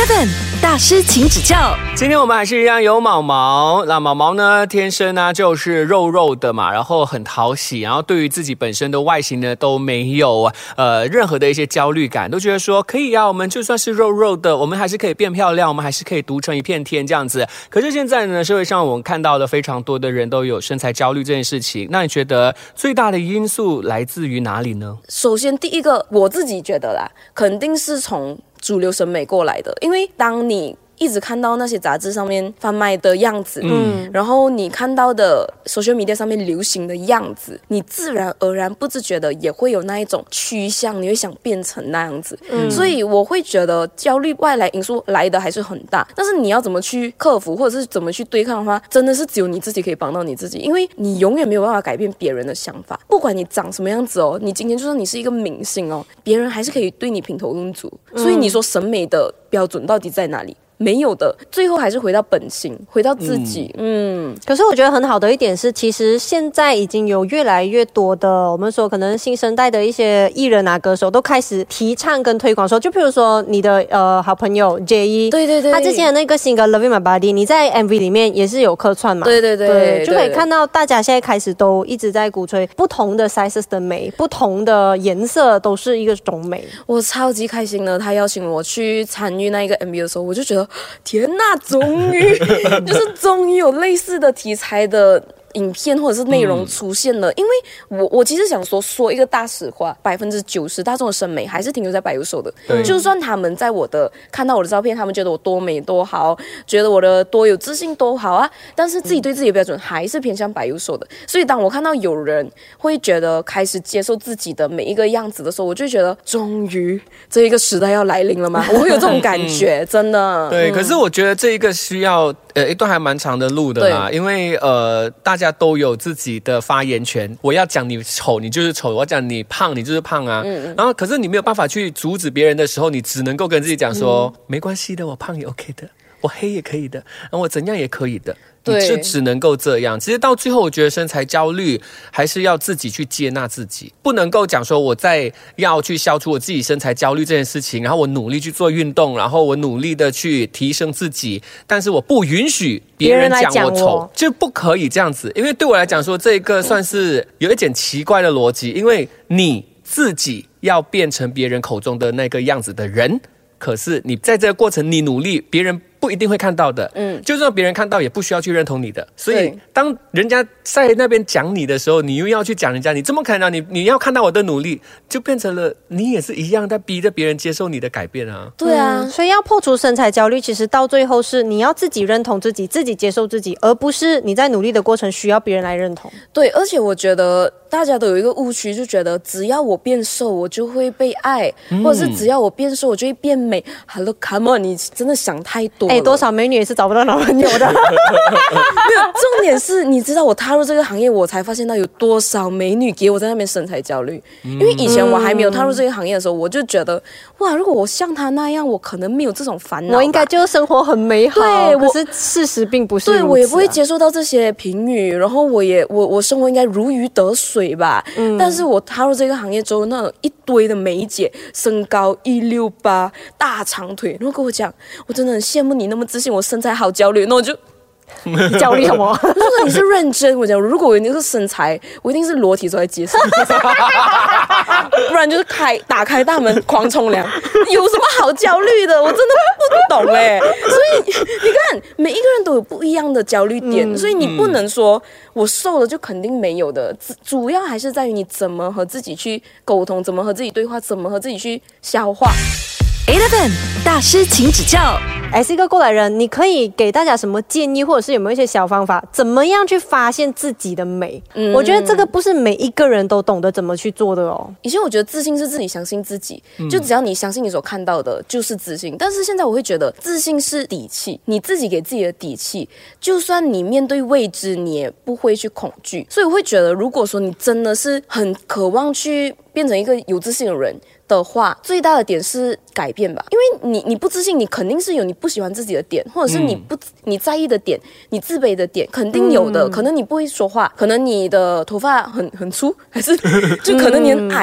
Eleven 大师请指教。 今天我们还是一样有毛毛，那毛毛呢天生呢就是肉肉的嘛，然后很讨喜，然后对于自己本身的外形呢都没有任何的一些焦虑感，都觉得说可以啊，我们就算是肉肉的，我们还是可以变漂亮，我们还是可以独成一片天这样子。可是现在呢，社会上我们看到的非常多的人都有身材焦虑这件事情，那你觉得最大的因素来自于哪里呢？ 首先第一个我自己觉得啦，肯定是从主流审美过来的，因为当你一直看到那些杂志上面贩卖的样子，然后你看到的 social media 上面流行的样子，你自然而然不自觉的也会有那一种趋向，你会想变成那样子。所以我会觉得焦虑外来因素来的还是很大，但是你要怎么去克服，或者是怎么去对抗的话，真的是只有你自己可以帮到你自己，因为你永远没有办法改变别人的想法，不管你长什么样子哦，你今天就算你是一个明星哦，别人还是可以对你评头论足。所以你说审美的标准到底在哪里？没有的，最后还是回到本心，回到自己。 可是我觉得很好的一点是，其实现在已经有越来越多的我们说可能新生代的一些艺人啊、歌手都开始提倡跟推广说，就譬如说你的好朋友 J.E， 对， 他之前的那个新歌 Loving My Body， 你在 MV 里面也是有客串嘛？对，就可以看到大家现在开始都一直在鼓吹不同的 sizes 的美，不同的颜色都是一个种美。 我超级开心的，他邀请我去参与那一个 MV 的时候，我就觉得天哪，终于有类似的题材的影片或者是内容出现了。因为我其实想说一个大实话，90%大众的审美还是停留在白幼瘦的。就算他们在看到我的照片，他们觉得我多美多好，觉得我的多有自信多好啊，但是自己对自己的标准还是偏向白幼瘦的。所以当我看到有人会觉得开始接受自己的每一个样子的时候，我就觉得终于这一个时代要来临了吗？我会有这种感觉，真的。 对，可是我觉得这一个需要一段还蛮长的路的啦，因为大家都有自己的发言权。我要讲你丑，你就是丑；我要讲你胖，你就是胖啊。然后，可是你没有办法去阻止别人的时候，你只能够跟自己讲说，没关系的，我胖也 OK 的，我黑也可以的，然后我怎样也可以的。你就只能够这样。其实到最后，我觉得身材焦虑还是要自己去接纳自己，不能够讲说我在要去消除我自己身材焦虑这件事情，然后我努力去做运动，然后我努力的去提升自己，但是我不允许别人讲我丑，就不可以这样子。因为对我来讲说，这个算是有一点奇怪的逻辑，因为你自己要变成别人口中的那个样子的人，可是你在这个过程你努力，别人不一定会看到的，就算别人看到也不需要去认同你的。所以当人家在那边讲你的时候，你又要去讲人家，你这么看到你要看到我的努力，就变成了你也是一样在逼着别人接受你的改变啊。 对啊，所以要破除身材焦虑，其实到最后是你要自己认同自己，自己接受自己，而不是你在努力的过程需要别人来认同。 对，而且我觉得大家都有一个误区，就觉得只要我变瘦我就会被爱，或者是只要我变瘦我就会变美。Hello come on， 你真的想太多了。 多少美女也是找不到男朋友的。 没有，重点是你知道我踏入这个行业，我才发现到有多少美女给我在那边身材焦虑。因为以前我还没有踏入这个行业的时候，我就觉得哇，如果我像她那样，我可能没有这种烦恼， 我应该就生活很美好。 对， 可是事实并不是如此啊。 对，我也不会接受到这些评语，然后我生活应该如鱼得水吧。但是我踏入这个行业之后，那种一堆的美姐，身高168，大长腿，然后跟我讲，我真的很羡慕你那么自信，我身材好焦虑，那我就焦虑什么？ 如果你是认真，我讲，如果我有那个身材，我一定是裸体走在街上，不然就是打开大门狂冲凉。有什么好焦虑的？我真的不懂哎。所以你看，每一个人都有不一样的焦虑点，所以你不能说我瘦了就肯定没有的。主要还是在于你怎么和自己去沟通，怎么和自己对话，怎么和自己去消化。 Eleven 大师请指教。 是一个过来人，你可以给大家什么建议，或者是有没有一些小方法，怎么样去发现自己的美？我觉得这个不是每一个人都懂得怎么去做的哦。 以前我觉得自信是自己相信自己，就只要你相信你所看到的就是自信。但是现在我会觉得自信是底气，你自己给自己的底气，就算你面对未知，你也不会去恐惧。所以我会觉得，如果说你真的是很渴望去变成一个有自信的人的话，最大的点是改变吧。因为你不自信，你肯定是有你不喜欢自己的点，或者是你在意的点，你自卑的点肯定有的。可能你不会说话，可能你的头发很粗，还是就可能你很矮。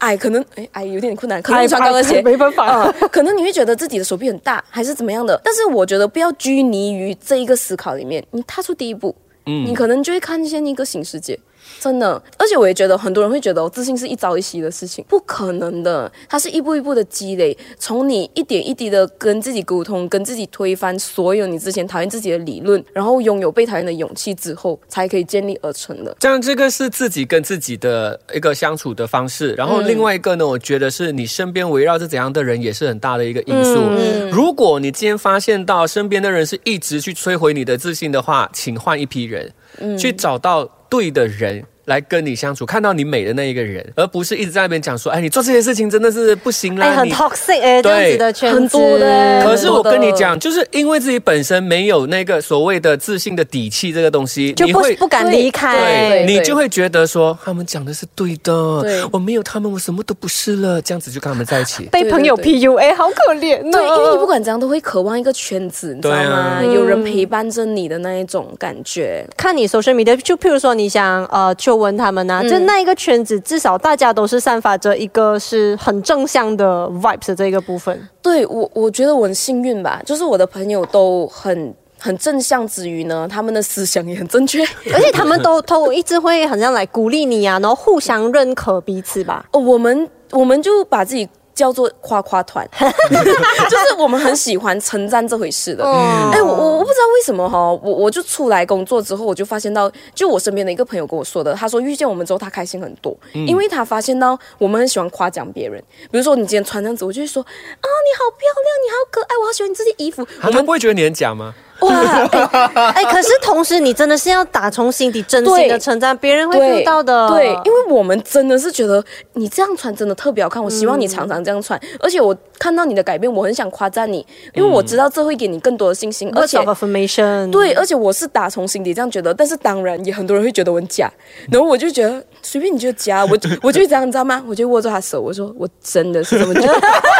矮可能矮有点困难，可能你穿高跟鞋没办法， 可能你会觉得自己的手臂很大，还是怎么样的。但是我觉得不要拘泥于这一个思考里面，你踏出第一步，你可能就会看见一个新世界。真的，而且我也觉得很多人会觉得自信是一朝一夕的事情，不可能的，它是一步一步的积累，从你一点一滴的跟自己沟通，跟自己推翻所有你之前讨厌自己的理论，然后拥有被讨厌的勇气之后，才可以建立而成的。 这样，这个是自己跟自己的一个相处的方式。然后另外一个呢，我觉得是你身边围绕着怎样的人，也是很大的一个因素。如果你今天发现到身边的人是一直去摧毁你的自信的话，请换一批人，去找到对的人来跟你相处，看到你美的那一个人，而不是一直在那边讲说，你做这些事情真的是不行啦， 很 toxic 这样子的圈子很多的。 可是我跟你讲，就是因为自己本身没有那个所谓的自信的底气，这个东西就不敢离开， 对，你就会觉得说他们讲的是对的，我没有他们我什么都不是了，这样子就跟他们在一起， 被朋友 PUA 好可怜哦。 对，因为你不管怎样都会渴望一个圈子，你知道吗？有人陪伴着你的那一种感觉。 看你social media，就譬如说你想秋文他们就那一个圈子，至少大家都是散发着一个是很正向的 vibes 的这个部分。 对，我觉得我很幸运吧，就是我的朋友都很正向之余呢，他们的思想也很正确， 而且他们都一直会很像来鼓励你啊，然后互相认可彼此吧。 我们就把自己叫做夸夸团，就是我们很喜欢称赞这回事的。我不知道为什么我就出来工作之后，我就发现到，就我身边的一个朋友跟我说的，他说遇见我们之后他开心很多，因为他发现到我们很喜欢夸奖别人。比如说你今天穿这样子，我就会说你好漂亮，你好可爱，我好喜欢你这件衣服。 他们不会觉得你很假吗？ 哇，可是同时你真的是要打从心底真心的称赞，别人会feel到的。 对，因为我们真的是觉得你这样穿真的特别好看，我希望你常常这样穿。而且我看到你的改变，我很想夸赞你，因为我知道这会给你更多的信心。而且 affirmation， 对，而且我是打从心底这样觉得。但是当然也很多人会觉得我很假，然后我就觉得随便你觉得假，我就这样，你知道吗？我就握住他手，我说我真的是这么觉得。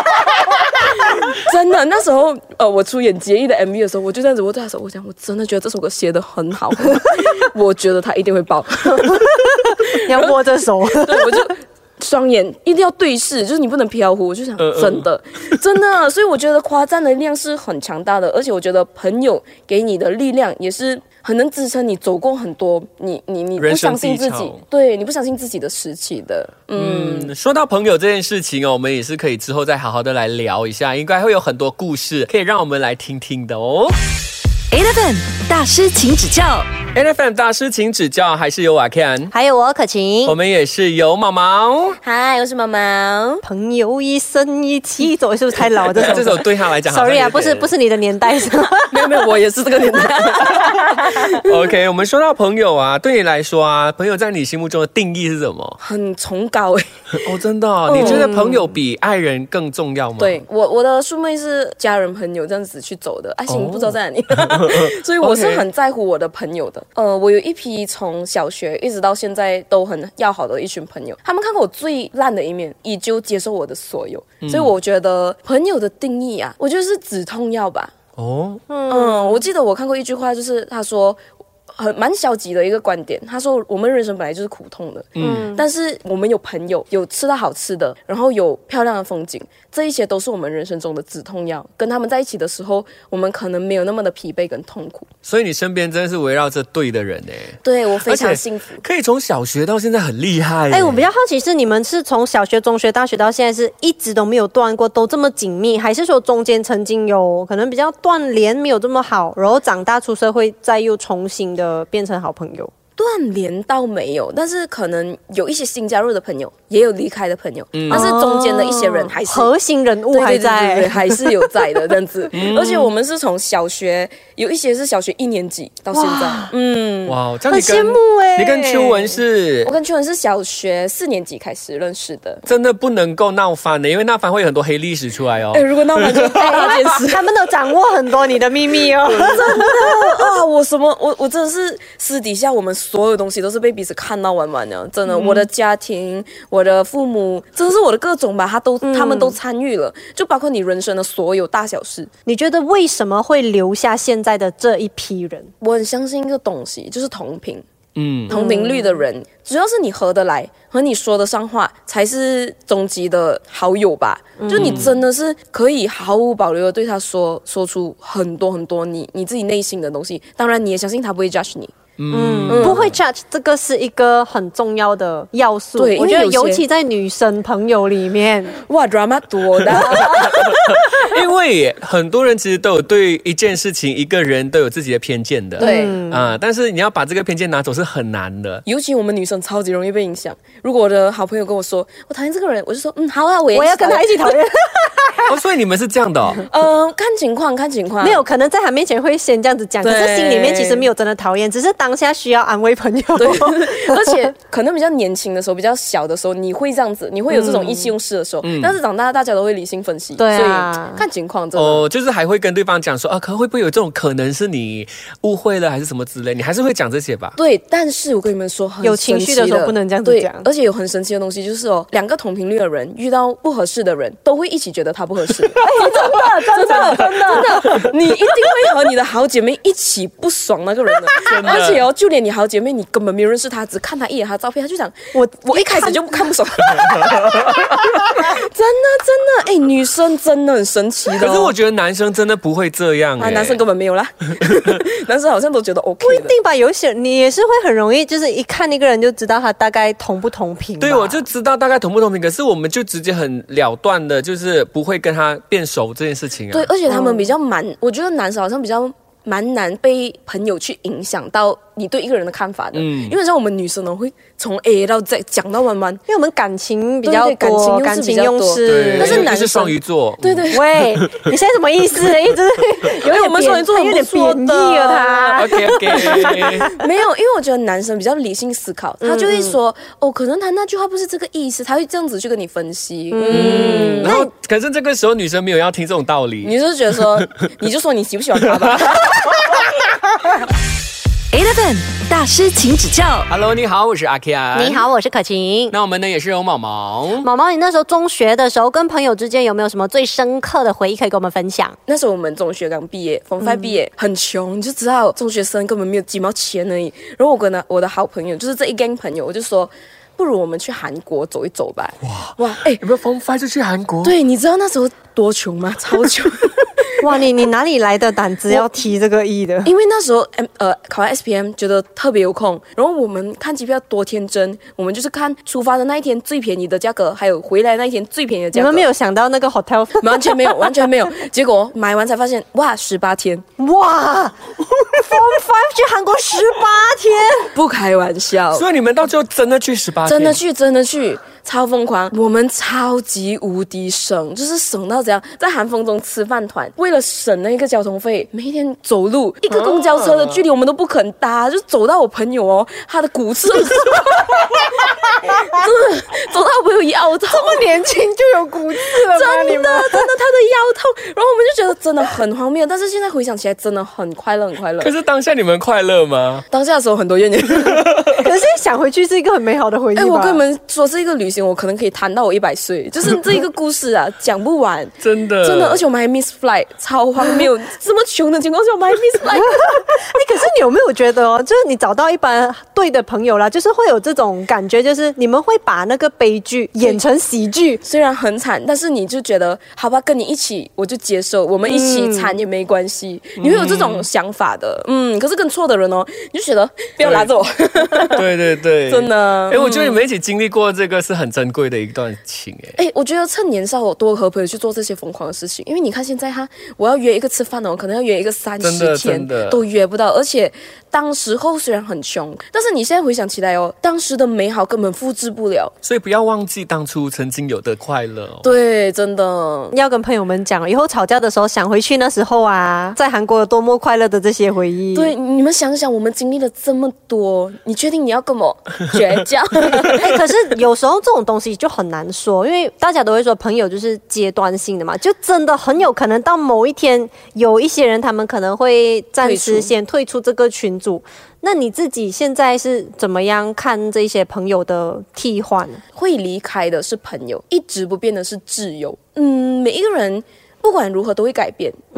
真的，那时候我出演结义的 MV 的时候，我就这样子握住他手，我讲我真的觉得这首歌写得很好，我觉得他一定会爆。 你要握着手， 对，我就双眼一定要对视，就是你不能飘忽。我就想，真的，所以我觉得夸赞的力量是很强大的，而且我觉得朋友给你的力量也是很能支撑你走过很多你不相信自己，对，你不相信自己的时期的。 说到朋友这件事情我们也是可以之后再好好的来聊一下，应该会有很多故事可以让我们来听听的哦。 Eleven 大师请指教 ，Eleven 大师请指教，还是有瓦 Ken， 还有我可晴， 我们也是有毛毛。 嗨，我是毛毛。 朋友一生一起走，是不是太老了？ 这首对他来讲 ，sorry 啊，不是你的年代是吗？ 没有，我也是这个年代。 OK， 我们说到朋友啊，对你来说啊，朋友在你心目中的定义是什么？ 很崇高真的你觉得朋友比爱人更重要吗？ 对，我的数妹是家人朋友这样子去走的，爱情不知道在哪里。所以我是很在乎我的朋友的。我有一批从小学一直到现在都很要好的一群朋友，他们看过我最烂的一面，依旧接受我的所有。所以我觉得朋友的定义啊，我觉得是止痛药吧。我记得我看过一句话，就是他说蛮消极的一个观点，他说我们人生本来就是苦痛的，但是我们有朋友，有吃到好吃的，然后有漂亮的风景，这一些都是我们人生中的止痛药。跟他们在一起的时候，我们可能没有那么的疲惫跟痛苦。 所以你身边真的是围绕着对的人对，我非常幸福， 可以从小学到现在很厉害。 我比较好奇是你们是从小学、中学、大学到现在是一直都没有断过，都这么紧密，还是说中间曾经有可能比较断联没有这么好，然后长大出社会再又重新的变成好朋友？ 断联倒没有，但是可能有一些新加入的朋友，也有离开的朋友，但是中间的一些人还是核心人物还在， 对，还是有在的这样子。而且我们是从小学，有一些是小学1年级到现在。 哇，这样很羡慕你跟秋文是？ 我跟秋文是小学4年级开始认识的。 真的不能够闹翻的，因为闹翻会有很多黑历史出来哦。 如果闹翻就大件事。 他们都掌握很多你的秘密哦。 真的啊，我真的是私底下我们所有东西都是被彼此看到完的，真的。我的家庭，我的父母，真的是我的各种吧，他们都参与了，就包括你人生的所有大小事。 你觉得为什么会留下现在的这一批人？ 我很相信一个东西，就是同频。 同频率的人，主要是你合得来，和你说得上话，才是终极的好友吧。就你真的是可以毫无保留的对他说出很多很多你自己内心的东西，当然你也相信他不会 judge 你。 不会 judge， 这个是一个很重要的要素。 对， 我觉得尤其在女生朋友里面， 哇 drama 多的。 因为很多人其实都有对一件事情、一个人都有自己的偏见的。 对但是你要把这个偏见拿走是很难的。 尤其我们女生超级容易被影响。如果我的好朋友跟我说我讨厌这个人，我就说好啊，我要跟他一起讨厌。 所以你们是这样的看情况。 没有可能在他面前会先这样子讲，可是心里面其实没有真的讨厌，只是当下需要安慰朋友。 对，而且可能比较年轻的时候、比较小的时候，你会这样子，你会有这种意气用事的时候。但是长大大家都会理性分析， 对啊， 所以看情况真的。 就是还会跟对方讲说会不会有这种可能是你误会了还是什么之类，你还是会讲这些吧？ 对，但是我跟你们说，很有情绪的时候不能这样子讲。 而且有很神奇的东西就是两个同频率的人遇到不合适的人，都会一起觉得他不合适。真的，你一定会和你的好姐妹一起不爽那个人的。而且就连你好姐妹，你根本没有认识她，只看她一眼她的照片，她就讲我一开始就看不爽。真的，女生真的很神奇的。 可是我觉得男生真的不会这样男生根本没有啦。男生好像都觉得 OK 的。 不一定吧，有些你也是会很容易，就是一看那个人就知道他大概同不同频。 对，我就知道大概同不同频，可是我们就直接很了断的，就是不会跟他变熟这件事情啊。 对，而且他们比较蛮，我觉得男生好像比较蛮难被朋友去影响到你对一个人的看法的。因为像我们女生呢，会从 A 到 Z 讲到弯弯， 因为我们感情比较多，感情用事。 但是男生是双鱼座。 对， 喂，你现在什么意思？一直有点我们双鱼座有点贬义了他。 OK， 没有，因为我觉得男生比较理性思考，他就会说可能他那句话不是这个意思，他会这样子去跟你分析。 然后可是这个时候女生没有要听这种道理， 你就是觉得说，你就说你喜不喜欢他吧。 Eleven 大师请指教。 Hello， 你好，我是阿 Ken。 你好，我是可晴。 那我们呢也是有毛毛。 毛毛，你那时候中学的时候跟朋友之间有没有什么最深刻的回忆可以跟我们分享？ 那时候我们中学刚毕业，Form 5毕业，很穷，你就知道中学生根本没有几毛钱而已。然后我跟我的好朋友，就是这一 gang 朋友，我就说，不如我们去韩国走一走吧。哇， 有没有Form 5就去韩国？ 对，你知道那时候多穷吗？超穷。 哇，你哪里来的胆子要提这个意的？ 因为那时候考完 SPM 觉得特别有空，然后我们看机票多天真，我们就是看出发的那一天最便宜的价格，还有回来那一天最便宜的价格。 你们没有想到那个 hotel？ 完全没有，完全没有。结果买完才发现，哇，18天！ 哇，Form 5去韩国18天， 不开玩笑。 所以你们到最后真的去18天？ 真的去。超疯狂，我们超级无敌省，就是省到怎样，在寒风中吃饭团，为了省那个交通费，每天走路一个公交车的距离我们都不肯搭，就走到我朋友他的骨刺，真的走到我朋友腰痛， 这么年轻就有骨刺了吗？ 真的他的腰痛，然后我们就觉得真的很荒谬，但是现在回想起来真的很快乐，很快乐。 可是当下你们快乐吗？ 当下的时候很多怨言， 可是想回去是一个很美好的回忆吧。 我跟你们说是一个旅行，我可能可以谈到我100岁，就是这一个故事啊，讲不完， 真的， 而且我们还 miss flight， 超荒谬，这么穷的情况下我们还 miss flight。 可是你有没有觉得就是你找到一般对的朋友啦，就是会有这种感觉，就是你们会把那个悲剧演成喜剧， 虽然很惨，但是你就觉得好吧，跟你一起我就接受，我们一起惨也没关系，你会有这种想法的。可是跟错的人你就觉得不要拉着我。 对， 真的。 我觉得你们一起经历过这个是很珍贵的一段情。 我觉得趁年少我多和朋友去做这些疯狂的事情，因为你看现在我要约一个吃饭可能要约一个30天都约不到，而且当时候虽然很穷，但是你现在回想起来当时的美好根本复制不了， 所以不要忘记当初曾经有的快乐。 对，真的要跟朋友们讲，以后吵架的时候想回去那时候啊，在韩国有多么快乐的这些回忆。 对，你们想想，我们经历了这么多，你确定你要跟我绝交？ 可是有时候这种东西就很难说，因为大家都会说朋友就是阶段性的嘛，就真的很有可能到某一天有一些人他们可能会暂时先退出这个群组。那你自己现在是怎么样看这些朋友的替换？ 会离开的是朋友，一直不变的是挚友。每一个人不管如何都会改变，你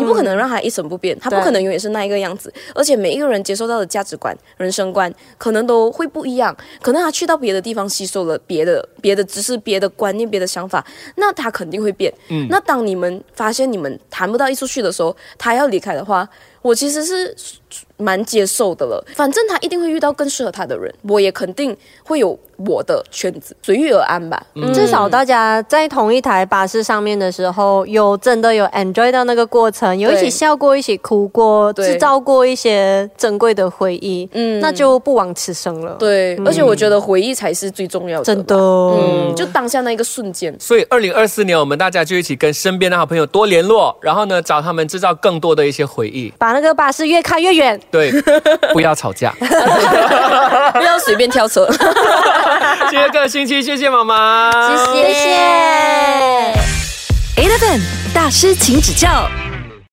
不可能让他一成不变，他不可能永远是那一个样子。而且每一个人接受到的价值观、人生观可能都会不一样，可能他去到别的地方吸收了别的知识、别的观念、别的想法，那他肯定会变。那当你们发现你们谈不到一处去的时候，他要离开的话，我其实是蛮接受的了。反正他一定会遇到更适合他的人，我也肯定会有我的圈子，随遇而安吧。 至少大家在同一台巴士上面的时候，真的有 enjoy 到那个过程，有一起笑过，一起哭过，制造过一些珍贵的回忆，那就不枉此生了。 对，而且我觉得回忆才是最重要的， 真的， 就当下那一个瞬间。 所以2024年，我们大家就一起跟身边的好朋友多联络，然后呢，找他们制造更多的一些回忆， 把那个巴士越开越远。 对，不要吵架， 不要随便跳车。 这个星期谢谢妈妈， 谢谢。 Eleven 大师请指教。